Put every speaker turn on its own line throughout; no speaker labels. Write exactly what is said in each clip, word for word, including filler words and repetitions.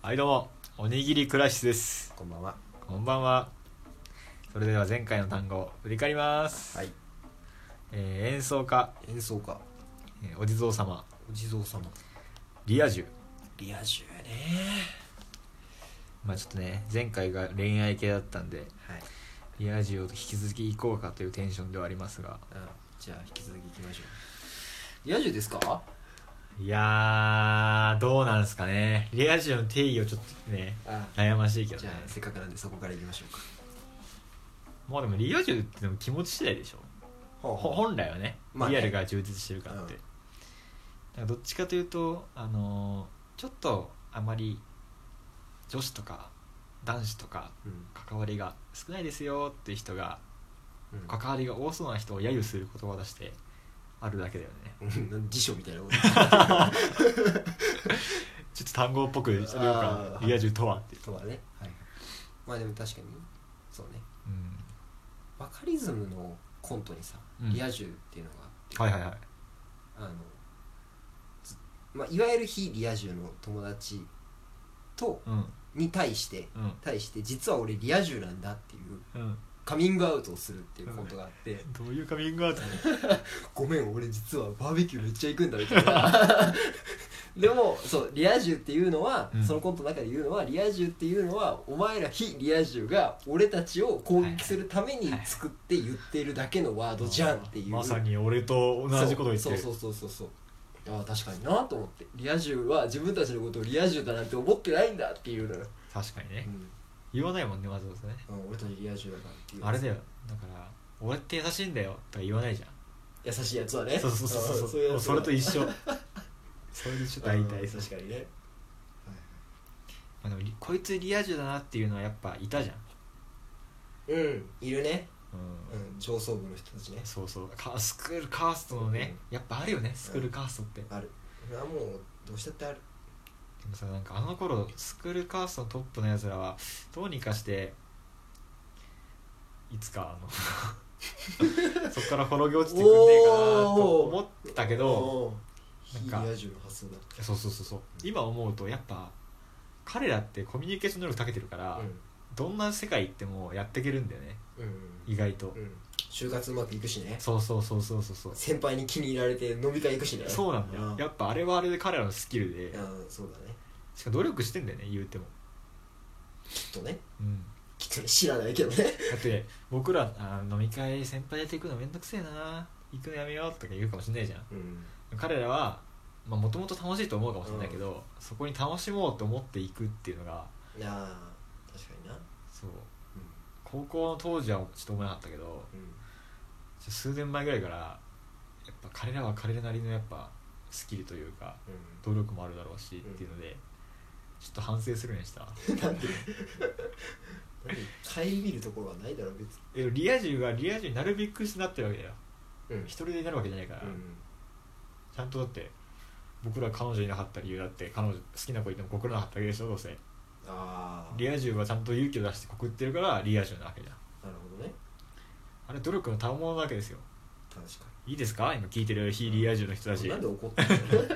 はいどうも、おにぎりクラシスです。
こんばんは。
こんばんは。それでは前回の単語を振り返ります。
はい。
えー演奏家、
演奏家、
えーお地蔵様、
お地蔵様、
リア充。
リア充ね。
まあちょっとね、前回が恋愛系だったんで、
はい。
リア充を引き続き行こうかというテンションではありますが、
うん、じゃあ引き続き行きましょう。リア充ですか？
いやー、どうなんすかね。リア充の定義をちょっとね、
あ
悩ましいけどね。
じゃあせっかくなんでそこから行きましょうか。
まあでもリア充ってでも気持ち次第でしょ。
ほう
ほ本来はね、
まあね
リアルが充実してるからって、
うん
だからどっちかというと、あのーちょっとあまり女子とか男子とか
うん
関わりが少ないですよっていう人が、
うん
関わりが多そうな人を揶揄する言葉を出してあるだけだよね。
うん辞書みたいなこと
ちょっと単語っぽくそれようか
あー
リア充とはっていう、
とはね。はい。まあでも確かにそうね。
うん、
バカリズムのコントにさ、
うん
リア充っていうのがあって、
はいはいはい、
あのずまあいわゆる非リア充の友達と
うん
に対して
うん
対して実は俺リア充なんだっていう
うん、
カミングアウトをするっていうコントがあって、
どういうカミングアウト
ごめん俺実はバーベキューめっちゃ行くんだみたいなでもそうリア充っていうのは、
うん、
そのコントの中で言うのはリア充っていうのはお前ら非リア充が俺たちを攻撃するために作って言ってるだけのワードじゃんっていう、
まさに俺と同じことを言ってる。
そうそうそうそうそう、ああ確かになと思って、リア充は自分たちのことをリア充だなんて思ってないんだっていうのよ、
確かにね、
うん
言わないもんね、わざわざね。
うん、俺たちリア充だからっていう
あれだよ、だから俺って優しいんだよとか言わないじゃん。
優しいやつはね、
そうそうそうそう、
そういうやつは
それと一緒それで一緒大体。
確かにね、
まあ、でもリこいつリア充だなっていうのはやっぱいたじゃん、
うんいるね、
うん
うん、上層部の人たちね、
そうそう、カスクールカーストのね、やっぱあるよね、スクールカーストって、
ある、それはもうどうしたってある、
でもさ、なんかあの頃スクールカーストのトップのやつらはどうにかしていつかあのそっから滅び落ちてくんねえかなと思ってたけど、なんか
非リア充の発想だ、
そうそうそうそう、今思うとやっぱ彼らってコミュニケーション能力長けてるから、
うん
どんな世界行ってもやっていけるんだよね、
うん
意外と、
うん、就活うまくいくしね、
そうそうそうそうそうそう、
先輩に気に入られて飲み会行くしね、
そうなんだよ、
うん
やっぱあれはあれで彼らのスキルで、
うんそうだね、
しかも努力してんだよね、言うても、
きっとね、
うん、
きっとね知らないけどね
だって僕らあ飲み会先輩で行くのめんどくせえな、行くのやめようとか言うかもしれないじゃん、
うん
彼らはもともと楽しいと思うかもしれないけど、うん、そこに楽しもうと思っていくっていうのが、
いや確かにな、
そう、
うん
高校の当時はちょっと思えなかったけど、
うん
数年前ぐらいからやっぱ彼らは彼らなりのやっぱスキルというか
うん
努力もあるだろうしっていうので、ちょっと反省するようにした
なんでなんで顧みるところはないだろう別に、
えリア充がリア充になるべくしてなってるわけだよ、
うん
一人でなるわけじゃないから、
うん
ちゃんとだって僕ら彼女いなかった理由だって彼女好きな子いても告らなかったわけでしょ、どうせ
ああ
リア充はちゃんと勇気を出して告ってるからリア充なわけじゃん、
なるほどね、
あれ努力の賜物なわけですよ。
確か
いいですか、今聞いてる非リア充の人たち、
に、なんで怒ってんの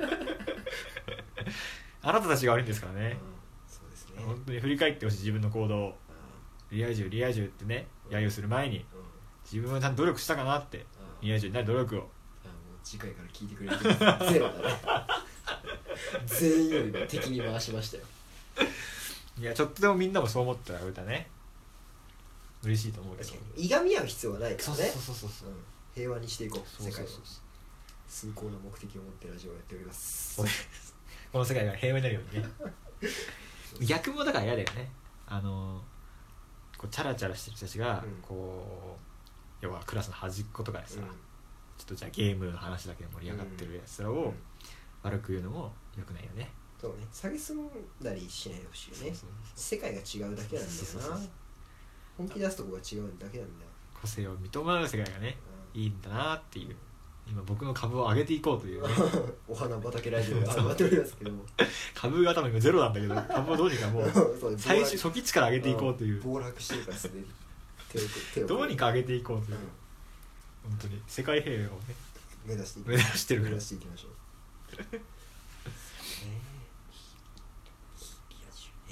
あなたたちが悪いんですからね、
うんそうですね、
本当に振り返ってほしい、自分の行動を、リア充リア充ってね揶揄する前に
うんうん
自分はちゃんと努力したかなって、
うん
リア充になる努力を、
あもう次回から聞いてくれる人ゼロだね全員を敵に回しましたよ、
いやちょっとでもみんなもそう思ったら歌ね嬉しいと思うけど、
確かにいがみ合う必要はないからね、
そうそうそうそう、
うん平和にしていこう、
そうそうそう
世界を崇高な目的を持ってラジオをやっております
そうこの世界が平和になるようにね逆もだから嫌だよね、あのこうチャラチャラしてる人たちが、
うん
こう要はクラスの端っことかでさ、
うん
ちょっとじゃあゲームの話だけで盛り上がってるやつらを
うん
悪く言うのも良くないよね、
そうね、下げすんだりしないでほしいよね、
そうそう
世界が違うだけなんだよな、
そうそうそう
本気出すとこが違うだけなんだよ、
個性を認め合う世界がね
うん
いいんだなっていう、今僕の株を上げていこうという、ね、
お花畑ラジオが始まっておりますけども
株が多分今ゼロなんだけど株をどうにかもう
そう
最初初期値から上げていこうという、
暴落してるからすでに手を手を
どうにか上げていこうという、
うん
本当に世界平和をね
目指していき
目指してるから
目指していきましょうねえリア充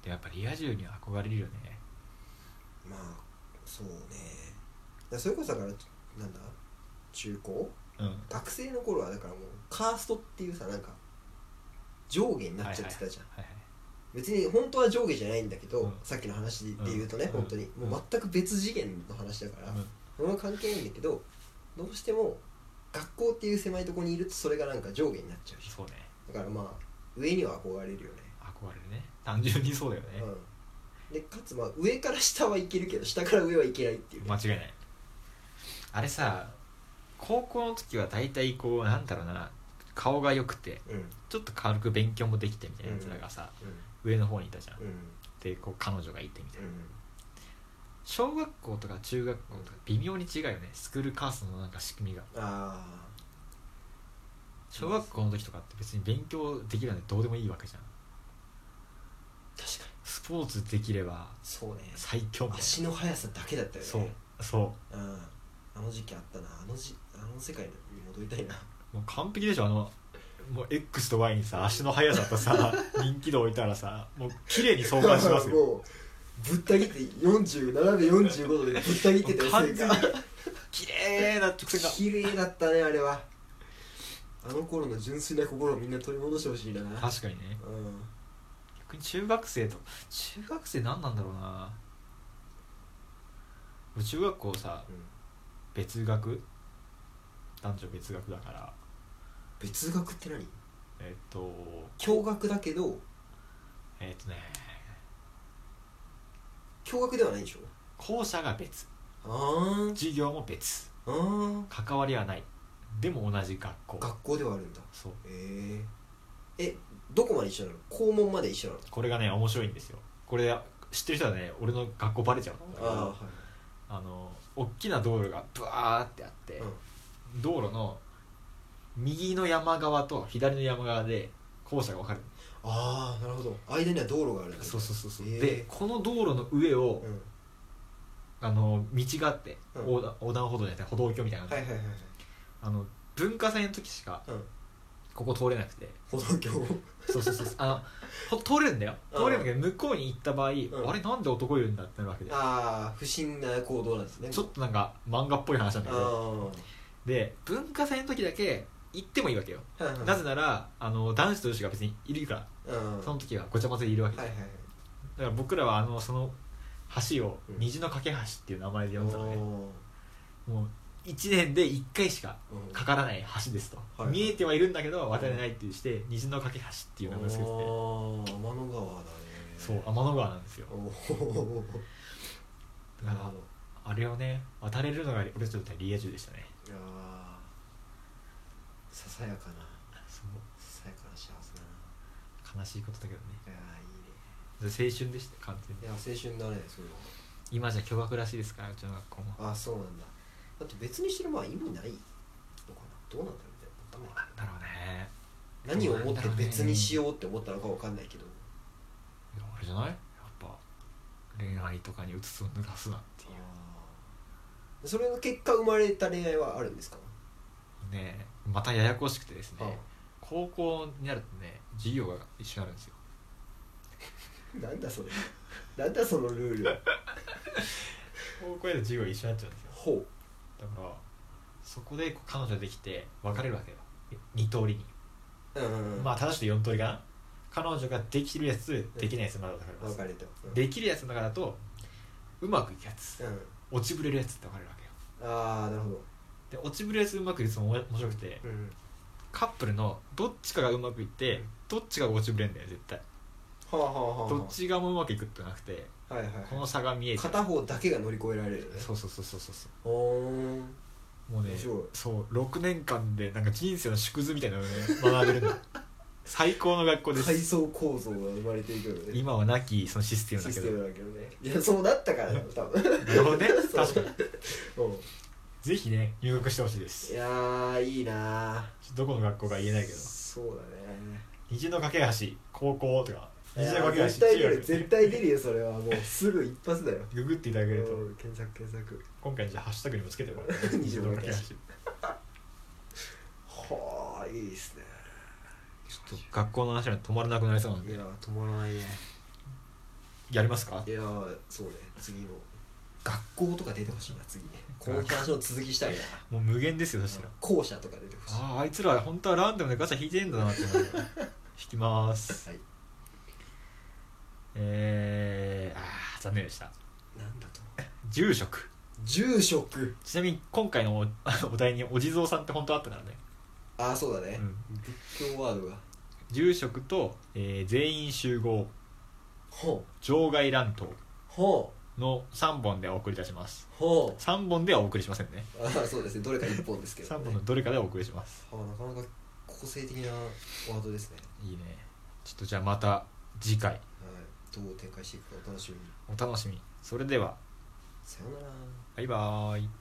でやっぱリア充に憧れるよね。
まあそうね。だからそれこそだからなんだ中高、
うん、
学生の頃はだからもうカーストっていうさなんか上下になっちゃってたじゃん、
はいはいはいはい、
別に本当は上下じゃないんだけど、
うん、
さっきの話で言うとね、
うん、
本当にもう全く別次元の話だから、うん、それは関係ないんだけど、どうしても学校っていう狭いところにいるとそれがなんか上下になっちゃうし、
そうね、
だからまあ上には憧れるよね。
憧れるね、単純にそうだよね、
うん、でかつまあ上から下はいけるけど下から上はいけないっていう、ね、
間違いない。あれさ、高校の時は大体こうなんだろうな、顔が良くて、うん、ちょっと軽く勉強もできてみたいなやつらがさ、うんうん、上の方にいたじゃん、うん、でこう彼女がいてみたいな、うん、小学校とか中学校とか微妙に違うよね、スクールカーストのなんか仕組みが。あ、小学校の時とかって別に勉強できるなんてどうでもいいわけじゃん。
確かに
スポーツできれば
そうね、
最強みたいな、
足の速さだけだったよね。
そうそう、
うん、あの時期あったな、あのじあの世界に戻りたいな。
もう完璧でしょ、あのもう X と Y にさ足の速さとさ人気度置いたらさもう綺麗に相関しますよ。
もうぶった切ってよんじゅう斜めよんじゅうごどでぶった切ってたよ。
完全に綺麗な直線が
綺麗だったねあれは。あの頃の純粋な心をみんな取り戻してほしいな。
確かにね、うん、逆に中学生と中学生何なんだろうな。中学校さ、うん、別学、男女別学だから。
別学って何？
えっと
共学だけど
えっとね
共学ではないでしょ。
校舎が別、
あ
授業も別、
あ
関わりはない、でも同じ学校。
学校ではあるんだ。
そう。
えー、えどこまで一緒なの？校門まで一緒なの？
これがね面白いんですよ。これ知ってる人はね俺の学校バレちゃうんだけど、あ、はい、あの大きな道路がブワーってあって、うん、道路の右の山側と左の山側で校舎が分かる。
ああなるほど、間には道路があるんだ。
そうそうそうそう、えー、でこの道路の上を、うん、あの道があって、うん、横断、横断歩道じゃなくて歩道橋みたいな、はいはいはいはい、あの文化祭の時しか、うん、ここ通れなくて。
歩道橋
そうそうそうあの通れるんだよ、通れるんだけど向こうに行った場合、うん、あれなんで男いるんだってなるわけで、
ああ不審な行動なんですね。
ちょっとなんか漫画っぽい話なんだけど、で文化祭の時だけ行ってもいいわけよ、はいはい、なぜならあの男子と女子が別にいるから、うん、その時はごちゃ混ぜでいるわけで、はいはいはい、だから僕らはあのその橋を虹の架け橋っていう名前で呼んでたのね、うん、もういちねんでいっかいしかかからない橋ですと、はいはい、見えてはいるんだけど渡れないっていうして虹の架け橋っていう名前を付けてて、
天の川だね。
そう天の川なんですよ。だからあれをね渡れるのが俺たちにとってはリア充でしたね。
いやささやかな、そうささやかな幸せだ
な。悲しいことだけどね。
いやいいね。
青春でした完全に。
いや青春だねそれは。
今じゃ共学らしいですからうちの学校も。
あそうなんだ。だって別にしてるまあ意味ないのかな。どうなんだろうね。
どうなんだろうね。
何を思って別にしようって思ったのかわかんないけど。
いやあれじゃない？やっぱ恋愛とかにうつつを抜かすなっていう。
それの結果生まれた恋愛はあるんですか？
ねえまたややこしくてですね、はあ、高校になるとね授業が一緒になるんですよ。
なんだそれなんだそのルール
高校で授業一緒になっちゃうんですよ。
ほう。
だからそこで彼女できて別れるわけよに通りに、うんうん、まあ正しくよん通りかな。彼女ができるやつ、うん、できないやつまだ分かります。
分かれた、うん、
できるやつの中だとうまくいくやつ、うん、落ちぶれるやつって分かれるわけよ。
ああなるほど。
で落ちぶれるやつうまくいくやつも面白くて、うん、カップルのどっちかがうまくいって、うん、どっちかが落ちぶれんだよ絶対、はあはあはあ、どっちがもうまくいくってなくて、はいはいはい、この差が見えて
片方だけが乗り越えられるよね。
そうそうそうそうそうもうねそうろくねんかんでなんか人生の縮図みたいなのをね学べるの最高の学校です。
階層構造が生まれていくよね。
今はなきそのシステムだけど、
システムだけどね。いやそうだったからね多分。
なるほどね確かにぜひね入学してほしいです。
いやーいいな。
どこの学校か言えないけど
そうだね。
虹の架け橋高校とか虹の架け橋
絶対出る絶対出るよそれはもうすぐ一発だよ。
ググっていただけると
検索検索。
今回じゃあハッシュタグにもつけてもらって虹の架け橋
はあいいですね。
ちょっと学校の話が止まらなくなりそうなんで。
いや止まらないね。
やりますか。
いやそうね、次の学校とか出てほしいな。次この話の続きしたいな。
もう無限ですよ。そしたら
校舎とか出てほしい。
あああいつら本当はランダムでガチャ引いてんだなって思う引きます、
はい、
えー、あー残念でした。
なんだと。
住職。
住職。
ちなみに今回の お, お題にお地蔵さんって本当あったからね。
ああそうだね、
うん、
仏教ワードが。
住職と、えー、全員集合、
ほう
場外乱闘
ほ
のさんぼんでお送りいたします。
うほう。
さんぼんではお送りしませんね。
ああそうですね、どれかいっぽんですけど、ね、
さんぼんのどれかでお送りします。
はあ、なかなか個性的なワードですね。
いいね。ちょっとじゃあまた次回、はい、
どう展開していくかお楽しみに。
お楽しみ。それでは
さようなら。
バイバーイ。